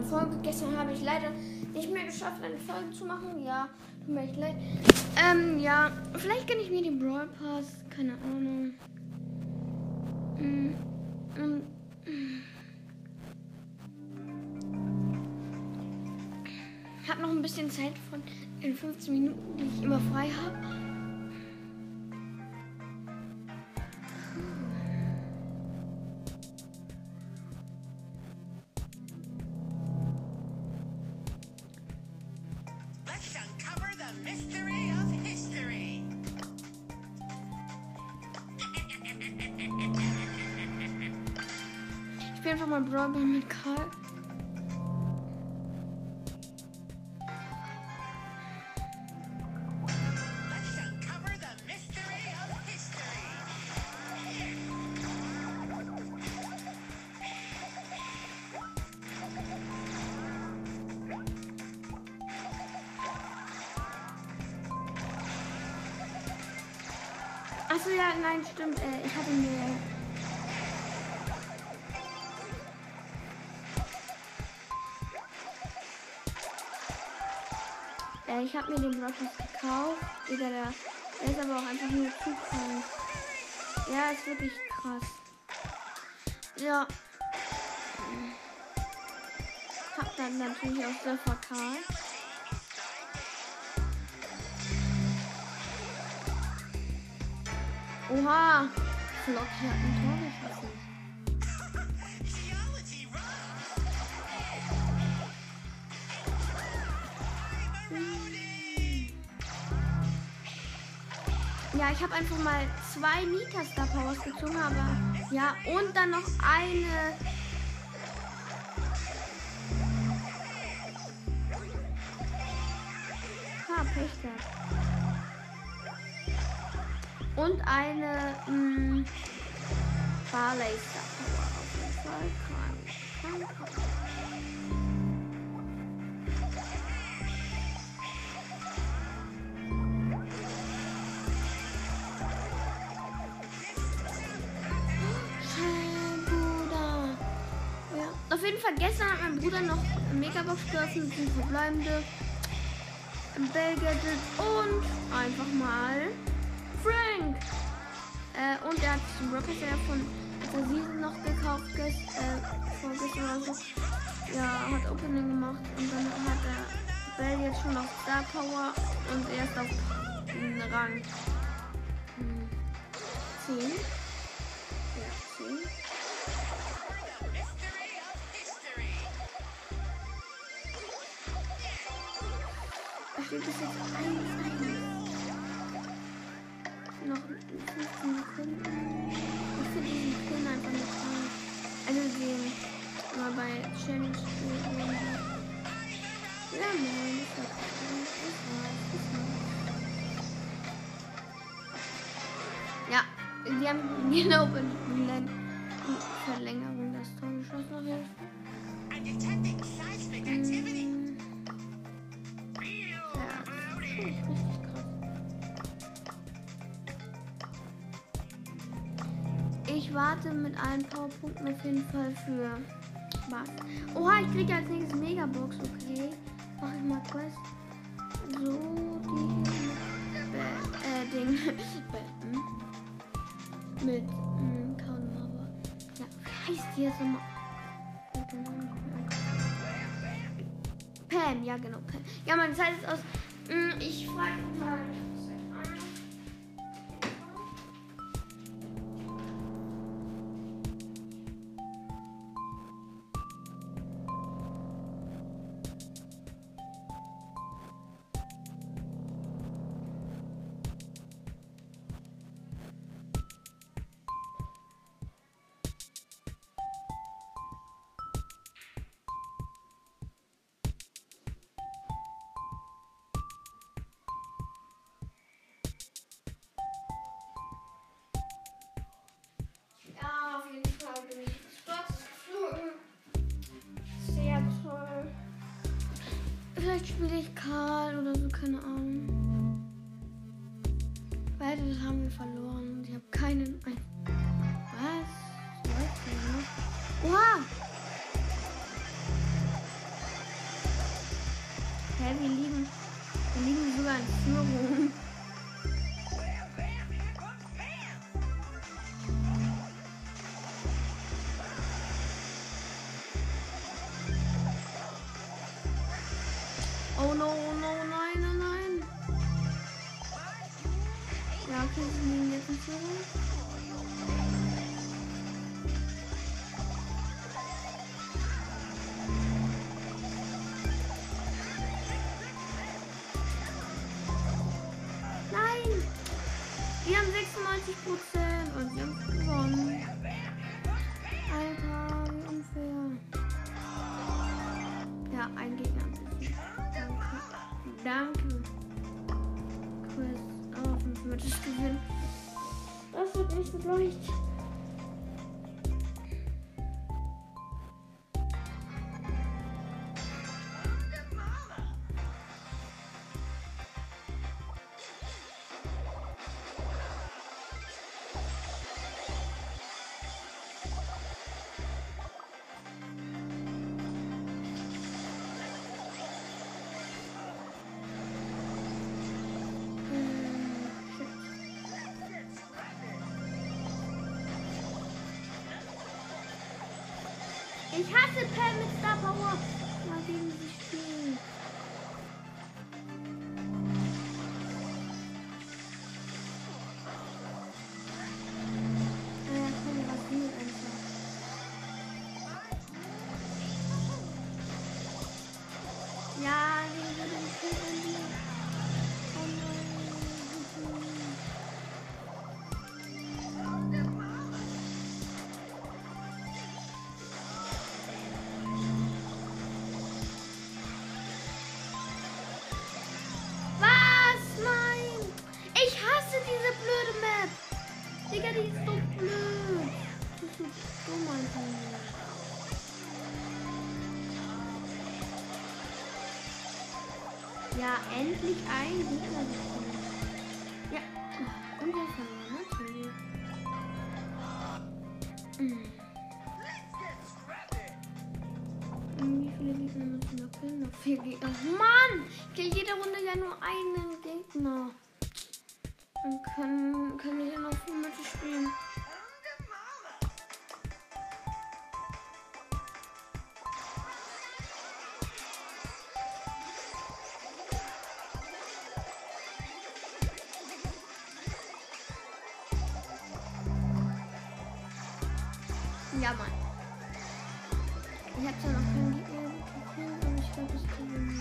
Folge. Gestern habe ich leider nicht mehr geschafft, eine Folge zu machen. Ja, tut mir echt leid. Ja, vielleicht gönne ich mir den Brawl Pass. Keine Ahnung. Ich habe noch ein bisschen Zeit von den 15 Minuten, die ich immer frei habe. Ich bin einfach mal Brawl Ball mit Karl. Achso, ja, nein, stimmt. Ich hatte mir... ich habe mir den Broadcast gekauft. Der ist aber auch einfach nur zu krank. Ja, ist wirklich krass. Ja. Hab dann natürlich auch Surfer Karl. Oha! Flock hat ein Tor geschossen. Ja, ich habe einfach mal 2 Nita Star Powers gezogen, aber ja, und dann noch eine. Pech gehabt. Und eine Barley Star Power auf jeden Fall. Krank. Auf jeden Fall, gestern hat mein Bruder noch eine Megabox geöffnet, sind verbleibende Bell Gadget und einfach mal Frank. Und er hat den Rocket von der Season noch gekauft, vorgestern oder so. Ja, hat Opening gemacht und dann hat er Bell jetzt schon auf Star Power und er ist auf Rang 10. Ja, 10. Steht das jetzt 1-1. Noch 15 Sekunden. Ich finde diesen Pin einfach nicht krank. Also den mal bei Challenge spielen. Ja, nein, das war's. Ja, die haben genau bei der Verlängerung das Tor geschossen auf jeden Fall. Richtig krass. Ich warte mit allen Powerpunkten auf jeden Fall für was. Oha, ich kriege als nächstes Megabox, okay. Mach ich mal Quest. So, die Ding. Mit Kaunmauer. Ja, wie heißt die jetzt nochmal? Pam, ja genau, Pam. Ja, meine Zeit ist aus. Ich frage mal. Vielleicht spiele ich Karl oder so, keine Ahnung. Beide haben wir verloren. Ich habe keinen. Was? Oha! Hä, wir liegen sogar in Führung. Oh no, oh no, nein, oh nein. Ja, okay, sie liegen jetzt in Führung. Nein! Wir haben 96% und wir haben gewonnen. Alter, wie unfair. Ja, ein Gegner. Danke. Chris. Oh, 5 Matches gewinnen. Das wird nicht so leicht. Ich hasse Pam mit Star Power. Mal gegen sie spielen. Ja, komm, rasiert einfach. Ja, die will den Kill. Oh nein. Digga, die ist so blöd. Das ist so dumm einfach. Ja, endlich ein Gegner bekommen. Ja, und wir verloren, natürlich. Wie viele Gegner müssen wir noch killen? Noch 4 Gegner. Mann! Ich kill jede Runde ja nur einen Gegner. Dann können wir ja noch 4 Matches spielen. Ja, Mann. Ich hab zwar noch keinen Gegner gekillt, aber ich glaube, es kann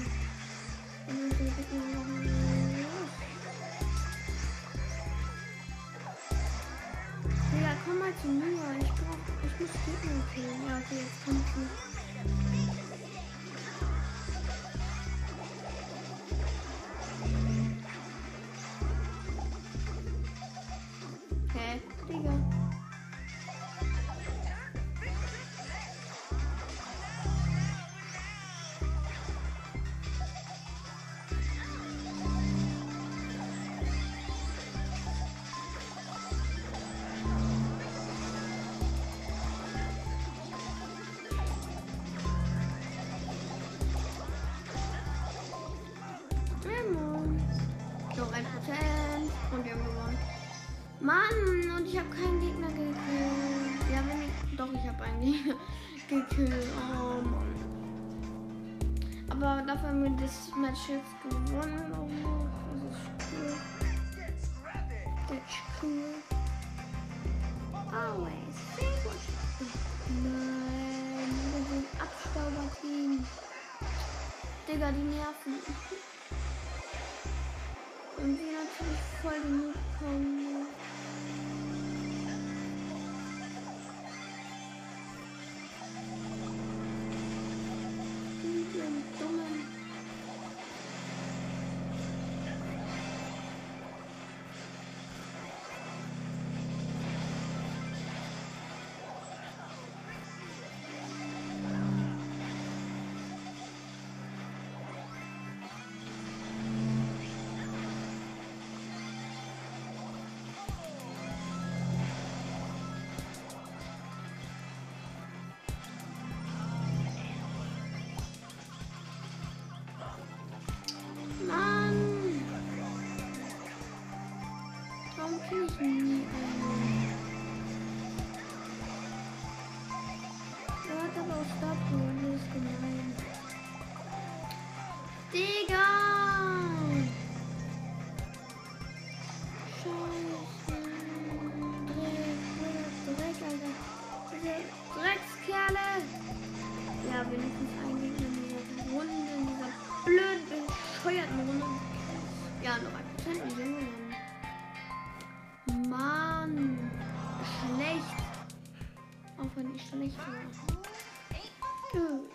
ja, komm mal zu mir. Ich muss Gegner killen. Ja, okay, jetzt kommt sie. Hä? Digga. Noch 1% und wir haben gewonnen. Mann, und ich habe keinen Gegner gekillt. Ja, wenn ich. Doch, ich habe einen Gegner gekillt. Oh Mann. Aber dafür haben wir das Match jetzt gewonnen. Oh, das ist cool. Das ist cool. Always. Sehr gut. Nein, wir sind Abstauberteam. Digga, die nerven. Und sie natürlich voll genug kommen. Die sind dummen. wenn ich schlecht war. Tschüss.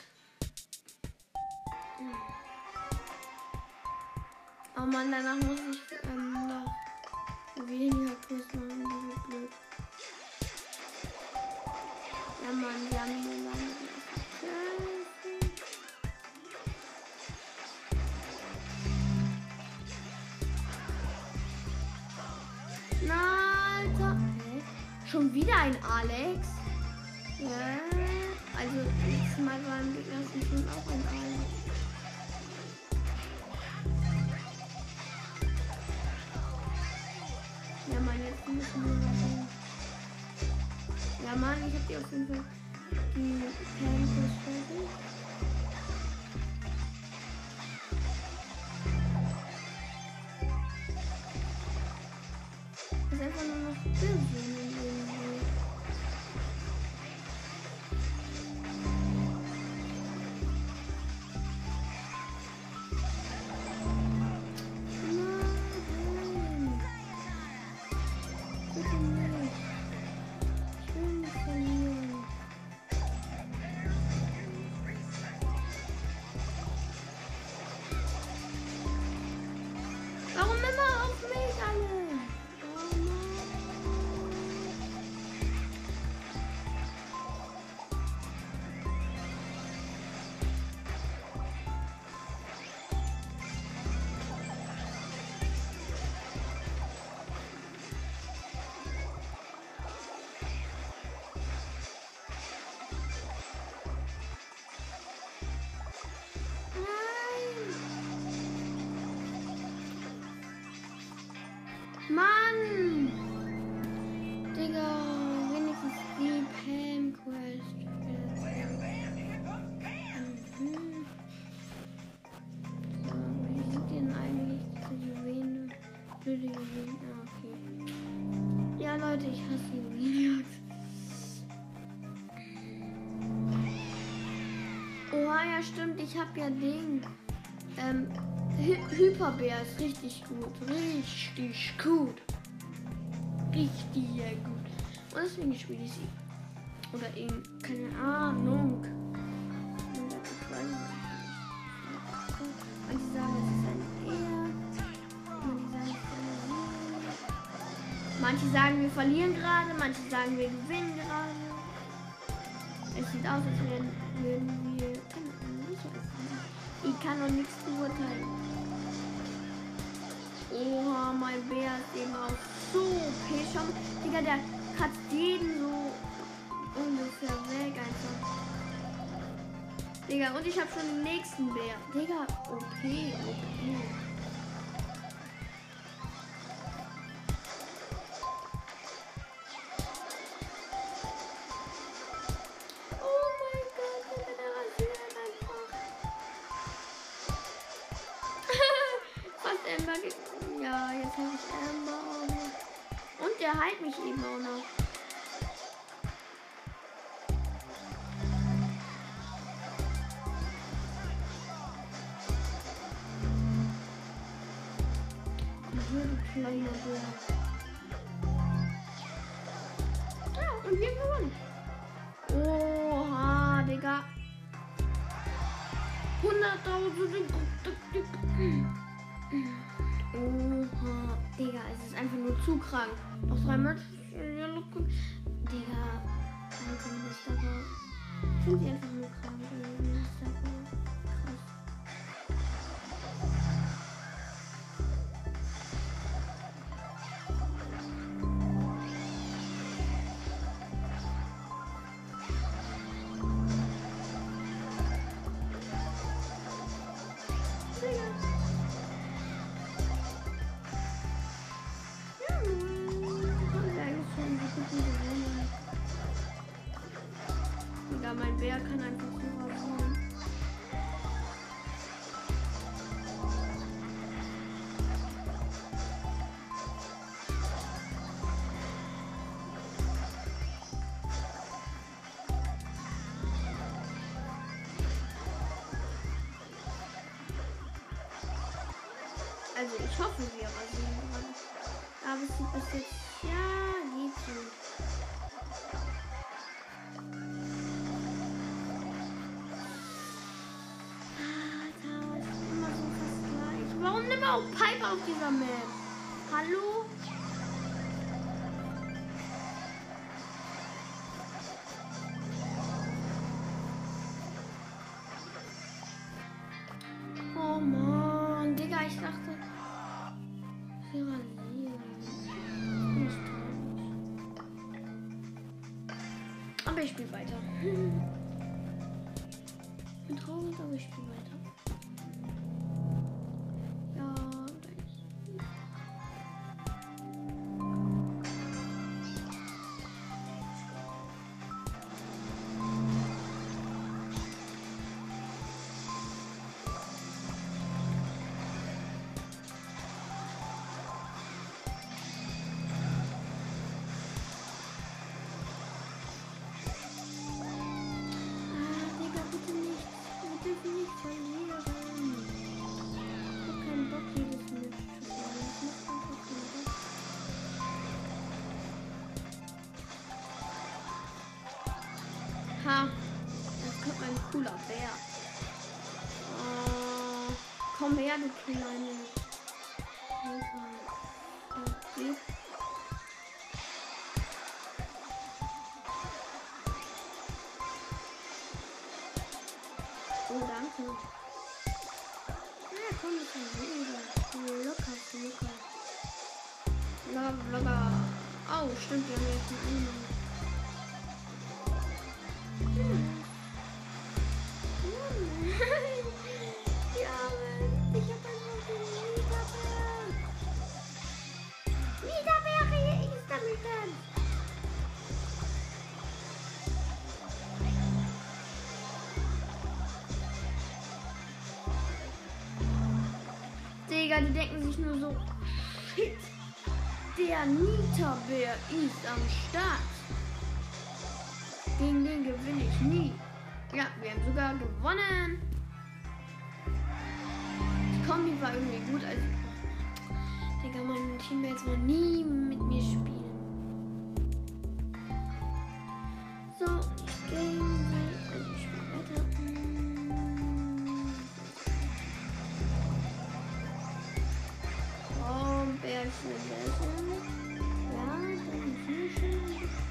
Oh Mann, danach muss ich noch weniger Kurs machen, wie blöd. Ja Mann, wir haben hier lange. Na, Alter. Okay. Schon wieder ein Alex? Ja. Also, letztes Mal war im ersten schon auch ein Alex. Ja, Mann, jetzt müssen wir was sehen. Ja, Mann, ich hab die auf jeden Fall die Pancakes fertig. Das ist einfach nur noch Irrsinn irgendwie. Nein. Bitte nicht. Ich will nicht verlieren. Warum immer auf mich alle? Oh Mann. Mann! Digga, wenigstens die Pam-Quest. So, wie sind denn eigentlich diese Juwelen? Blöde Juwelen. Ah, okay. Ja, Leute, ich hasse Juwelen. Oha, ja stimmt, ich hab ja Ding. Hyperbär ist richtig gut. Richtig gut. Richtig gut. Und deswegen spiele ich sie. Oder eben, keine Ahnung. Und die sagen, es ist ein Er. Manche sagen, wir verlieren gerade. Manche sagen, wir gewinnen gerade. Es sieht aus, als würden wir... Ich kann noch nichts beurteilen. Oha, mein Bär ist eben auch so okay. Schau mal, Digga, der kratzt jeden so ungefähr weg einfach. Digga, und ich habe schon den nächsten Bär. Digga, okay. Oh mein Gott, der rasiert einfach. Fast Amber. Ja, jetzt habe ich Amber auch noch. Und der heilt mich eben auch noch. Kleiner Bär. Ja, und wir gewonnen. Oha, Digga. 100.000. Oha, Digga, es ist einfach nur zu krank. Noch 3 Matches. Digga, Alter, Mustafa. Ich finde sie einfach nur krank. Mustafa. Krass. Ja, mein Bär kann einfach so rasieren. Also ich hoffe, wir rasieren gerade. Aber es sieht bis jetzt, ja, geht so. auch Piper auf dieser Map. Hallo? Oh Mann, Digga, ich dachte. Aber ich spiele weiter. Ich bin traurig, aber ich spiele weiter. Ja, da ist. Ha, das kommt mein cooler Bär. Oh, komm her, du kleine. Okay. Oh, danke. Ja, komm, ich kann wieder. Locker. Locker. Oh, stimmt, wir haben jetzt einen Animal. Digga, die denken sich nur so, shit, der Nita-Bär ist am Start. Gegen den gewinne ich nie. Ja, wir haben sogar gewonnen. Die Kombi war irgendwie gut, also Digga, mein Teammates wollen nie mit mir spielen. So, ich gehe, also ich spiele weiter. Bärchen. Ja, dann hier schon.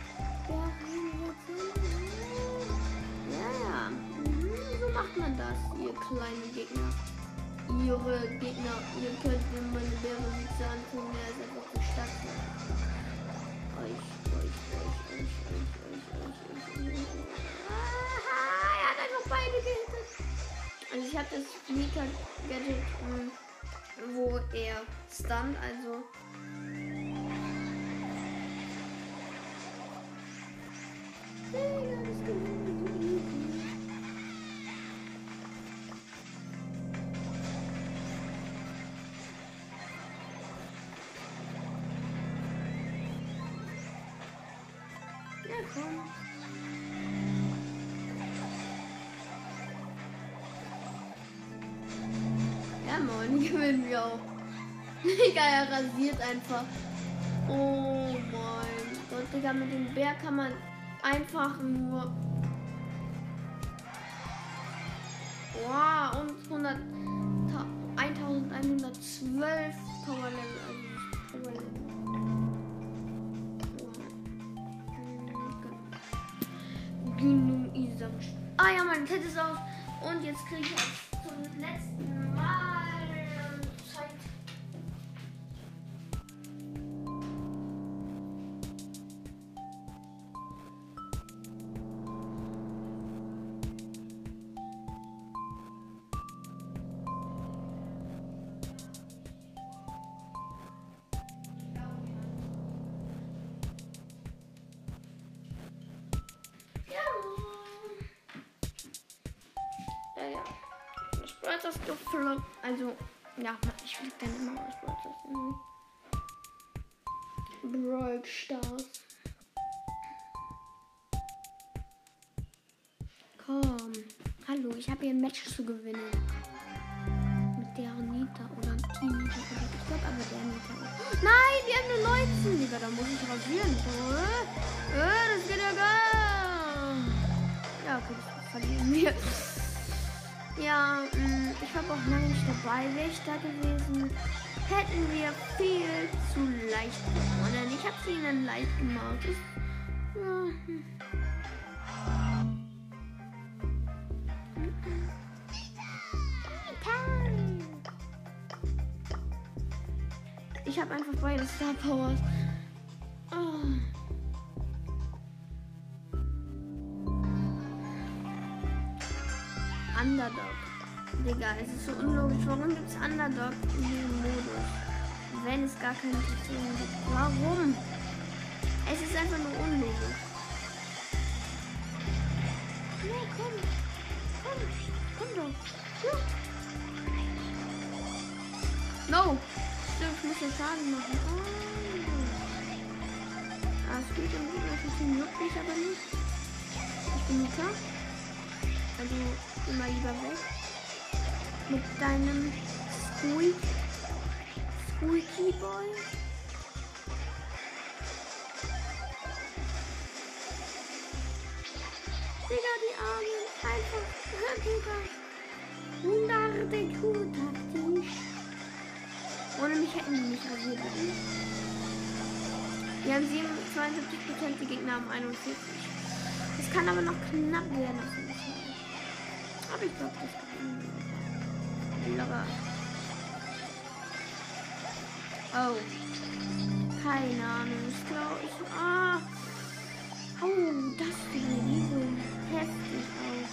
Ja. So macht man das, ihr kleinen Gegner. Ihre Gegner, ihr könnt meine Bärenwitze antun, der ist einfach zu stark. Er hat einfach beide gehittet. Also ich habe das Nita-Gadget, wo er stunt, also ja, komm. Ja, moin, gewinnen wir auch. Digga, er rasiert einfach. Oh mein Gott, Digga, mit dem Bär kann man einfach nur. Wow, und 1112 Power Level. Also Power Level. Genug Isam. Ah ja, mein Kette ist aus. Und jetzt kriege ich auch zum letzten Mal Zeit. Ja. Das gefloppt. Also, ja, ich flieg dann immer aus Brawl Stars. Komm. Hallo, ich habe hier ein Match zu gewinnen. Mit der Nita oder Team Nita. Ich glaube aber der Nita. Nein, wir haben nur 19. Digga, da muss ich rasieren. Das geht ja gar. Ja, okay, das verlieren wir. Ja, ich habe auch lange nicht dabei. Wäre ich da gewesen, hätten wir viel zu leicht gewonnen. Ich habe sie ihnen leicht gemacht. Ich habe einfach beide Star Powers. Underdog. Digga, es ist so unlogisch. Warum gibt es Underdog in diesem Modus? Wenn es gar keine Position gibt. Warum? Es ist einfach nur unlogisch. Ja, komm. Komm doch. Ja. No. Stimmt, ich muss ja Schaden machen. Es geht im Gegner ein bisschen möglich, aber nicht. Ich bin Mika. Also immer lieber weg. Mit deinem Squeaky Boy. Digga, die Arme. Einfach. Digga. 100 gut taktisch. Ohne mich hätten die nicht rasiert. Wir haben 72%, die Gegner haben 41%. Das kann aber noch knapp werden. Aber ich glaube, das kann locker. Oh. Keine Ahnung. Ich glaube, oh, das sieht so heftig aus.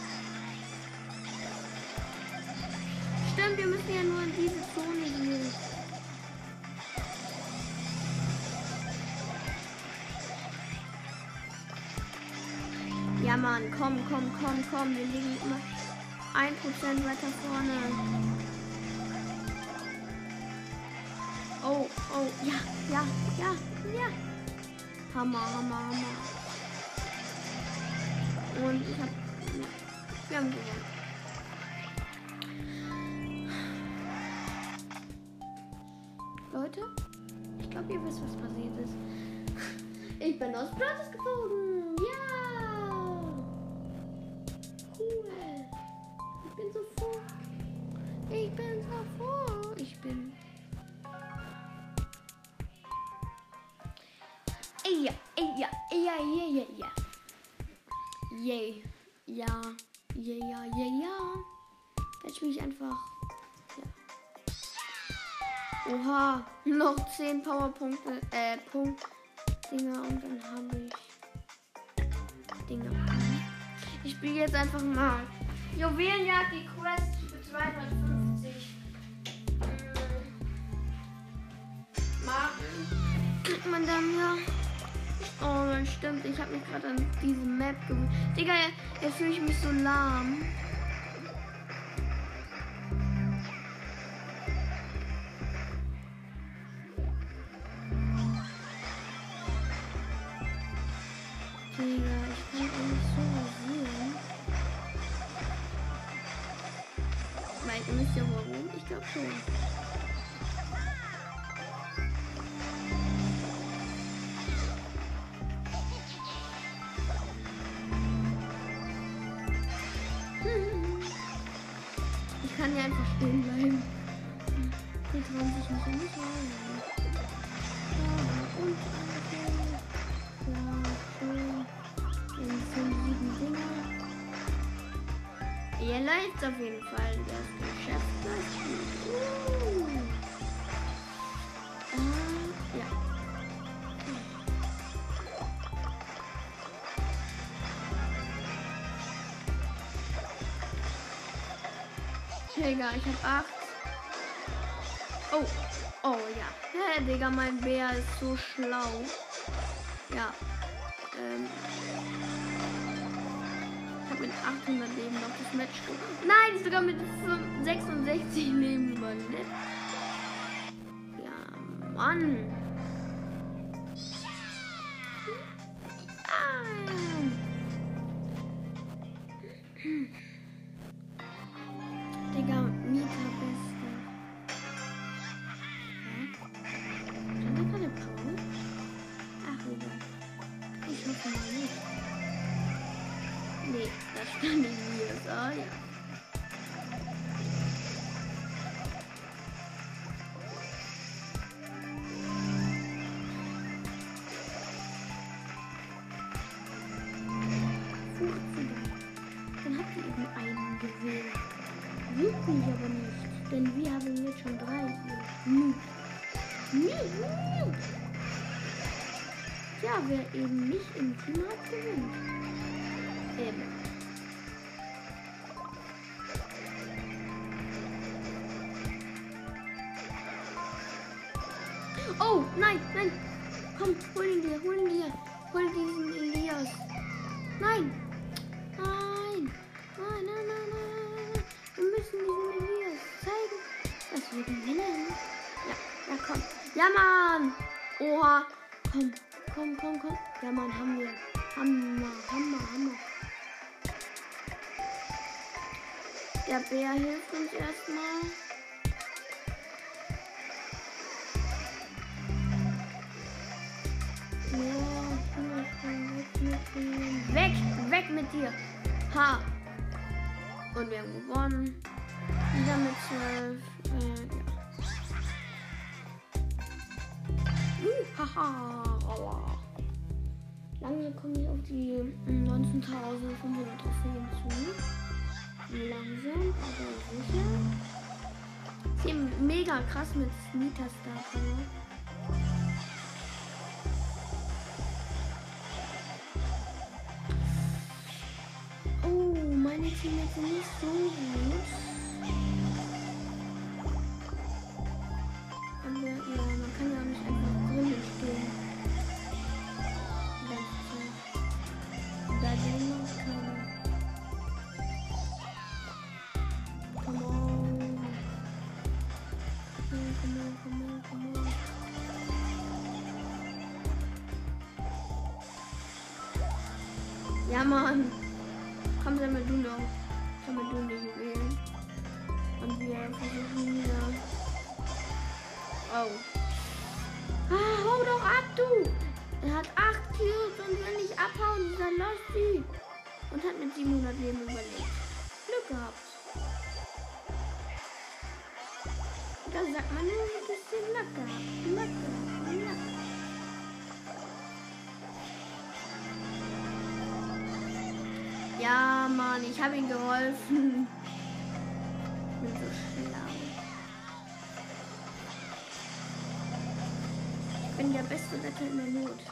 Stimmt, wir müssen ja nur in diese Zone gehen. Ja, Mann, komm. Wir liegen immer 1% weiter vorne. Oh, ja. Hammer. Und wir haben gewonnen. Leute, ich glaube, ihr wisst, was passiert ist. Ich bin aus Platz geflogen. Ja. Cool. Ich bin so froh. Ja. Yay. Ja. Fetch mich einfach. Ja. Oha. Noch 10 Powerpunkte. Dinger und dann habe ich Dinger. Ich spiele jetzt einfach mal Juwelenjagd, die Quest für 250 Marken. Kriegt man dann ja. Oh, das stimmt. Ich habe mich gerade an diese Map gewöhnt. Digga, jetzt fühle ich mich so lahm. Digga, ich kann auch nicht so rasieren. Weil ihr wisst ja warum. Ich glaube schon. Ich kann ja einfach stehen bleiben. Die trauen sich nicht an mich rein. Ja, und ja, schön. Jetzt sind 7 Dinger. Ihr leidet auf jeden Fall. Das Geschäft läuft gut. Ja. Digga, ich hab 8. Oh ja. Hä, Digga, mein Bär ist so schlau. Ja. Ich hab mit 800 Leben noch das Match gewonnen. Nein, ich sogar mit 66 Leben überlebt. Ja, Mann. Digga, Mika Beste. Hä? Stand da keine Pro? Ach, egal. Ich hoffe mal nicht. Nee, das stand in mir. Oh ja. irgendeinen gewählt. Juckt mich aber nicht, denn wir haben jetzt schon 3 hier. Ja, wer eben nicht im Team hat, gewinnt. Oh, nein. Komm, hol ihn dir. Hol diesen Elias. Nein. Wir müssen diesen Elias zeigen, dass wir gewinnen. Ja, komm. Ja, Mann. Oha. Komm. Ja, Mann, haben wir. Hammer. Der Bär hilft uns erstmal. Weg mit dir. Ha. Und wir haben gewonnen. Wieder mit 12. Haha. Lange komme ich auf die 19.500 Trophäen zu. Langsam, aber sicher. Ist hier mega krass mit Nita Star Power. Meine Teammates sind nicht so gut. Aber ja, man kann ja auch nicht einfach drinnen stehen. Da sind noch keine. Come on. Ja, Mann. Komm, sammel du die Juwelen. Und wir versuchen wieder. Oh. Hau doch ab, du! Er hat 8 Kills und will nicht abhauen, dieser Losty. Und hat mit 700 Leben überlebt. Glück gehabt. Da sagt man nur ein bisschen Glück gehabt. Ja, Mann, ich habe ihm geholfen. Ich bin so schlau. Ich bin der beste Retter in der Not.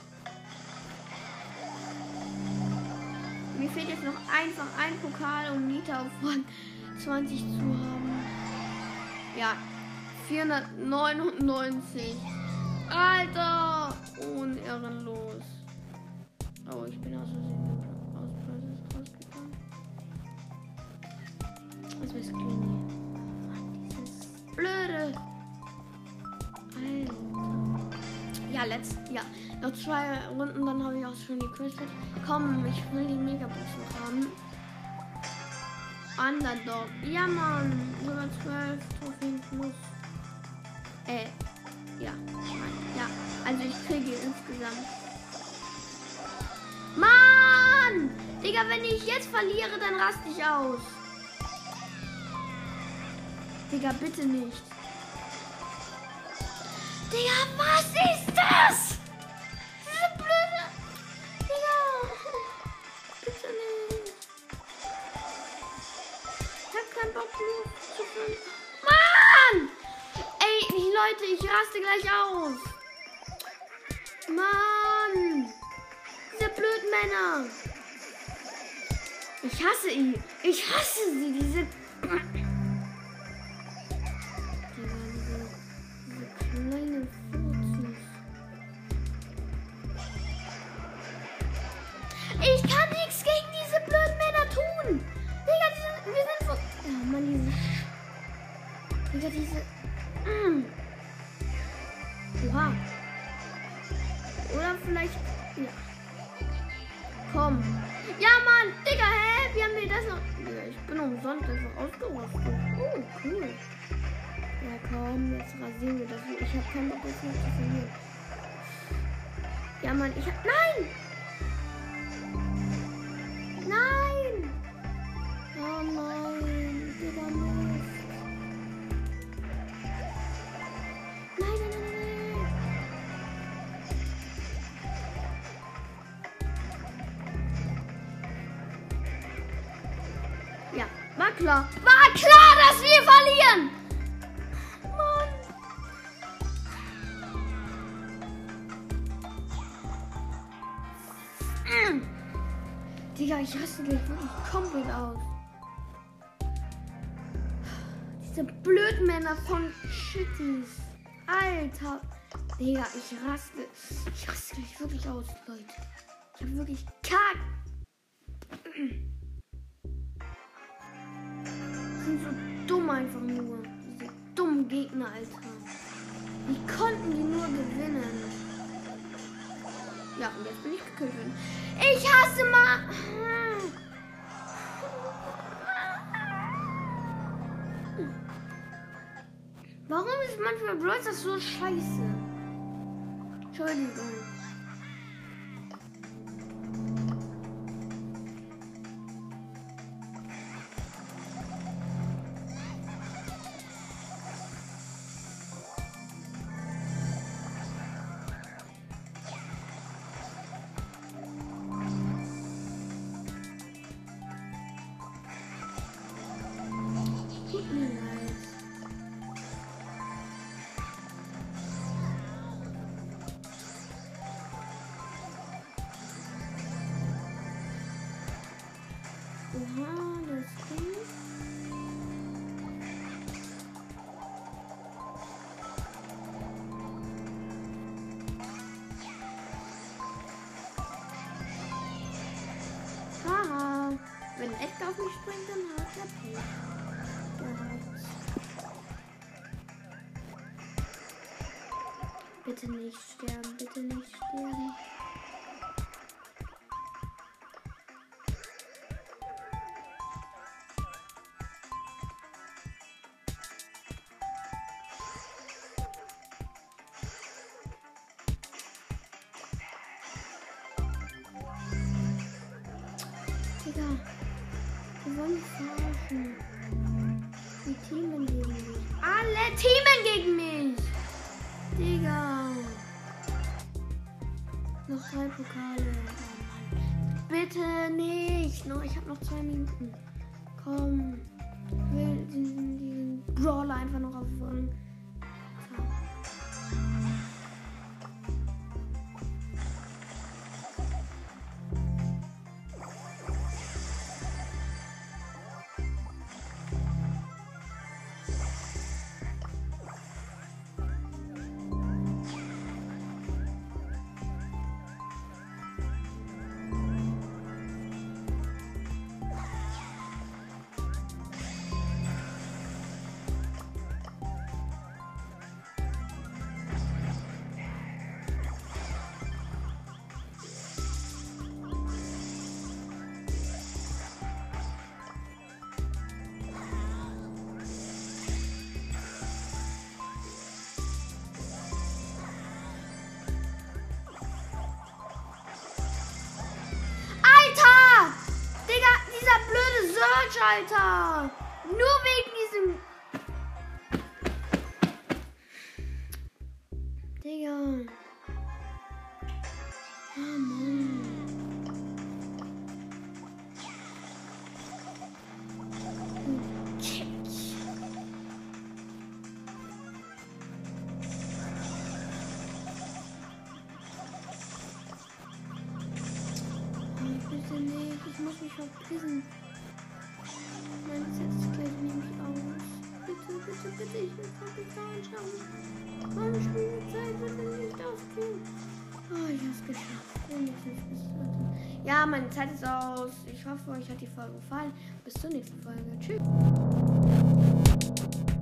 Mir fehlt jetzt noch einfach ein Pokal, um Nita auf Rang 20 zu haben. Ja, 499. Alter, unehrenlos. Oh, ich bin aus Was ist Clean? Dieses blöde. Alter. Ja, noch 2 Runden, dann habe ich auch schon die Quest. Komm, ich will die Megabox noch haben. Underdog. Ja, Mann. 112 Trophäen plus. Ja. Also ich kriege insgesamt. Mann! Digga, wenn ich jetzt verliere, dann raste ich aus. Digga, bitte nicht. Digga, was ist das? Diese blöde... Digga. Bitte nicht. Ich hab keinen Bock mehr zu füllen. Mann! Ey, Leute, ich raste gleich aus. Mann! Diese blöden Männer. Ich hasse ihn. Ich hasse sie, diese kleine Furzis. Ich kann nichts gegen diese blöden Männer tun. Digga, wir sind so... Oh Mann, diese... Oha. Oder vielleicht... Ja. Komm. Ja, Mann. Digga, hä? Wie haben wir das noch... Ja, ich bin umsonst einfach ausgerüstet. Oh, cool. Ja, komm. Jetzt rasieren wir das. Ich habe keinen Bock, jetzt mehr zu verlieren. Ja, Mann. Ich hab... Nein! Nein! Oh nein. Digga, Mist. Nein. klar. War klar, dass wir verlieren. Mann. Digga, ich raste gleich wirklich komplett aus. Diese Blödmänner von Shitties. Alter. Digga, ich raste gleich wirklich aus, Leute. Ich hab wirklich kack. Die sind so dumm einfach nur. Diese dummen Gegner, Alter. Wie konnten die nur gewinnen? Ja, und jetzt bin ich gekillt worden. Ich hasse mal. Warum ist manchmal Brawl Stars so scheiße? Entschuldigung. Tut mir leid. Oha, das Ding. Haha. Wenn Edgar auf mich springt, dann hat er Pech gehabt. Bitte nicht sterben, bitte nicht sterben. Digga, wir wollen mich verarschen. Die teamen gegen mich. Alle teamen gegen mich! Digga. Noch 3 Pokale. Oh Mann. Bitte nicht. No, ich habe noch 2 Minuten. Komm. Ich will diesen Brawler einfach noch auf Rang. Alter! Nur wegen diesem... Digga. Oh Mann. Bitte nicht, ich muss mich verpissen. Mein Set gleich nehme ich aus. Bitte, bitte, bitte, ich will Kapital schauen. Meine Spielzeit wird nicht ausgehen. Oh, ich hab's geschafft. Ja, meine Zeit ist aus. Ich hoffe, euch hat die Folge gefallen. Bis zur nächsten Folge. Tschüss.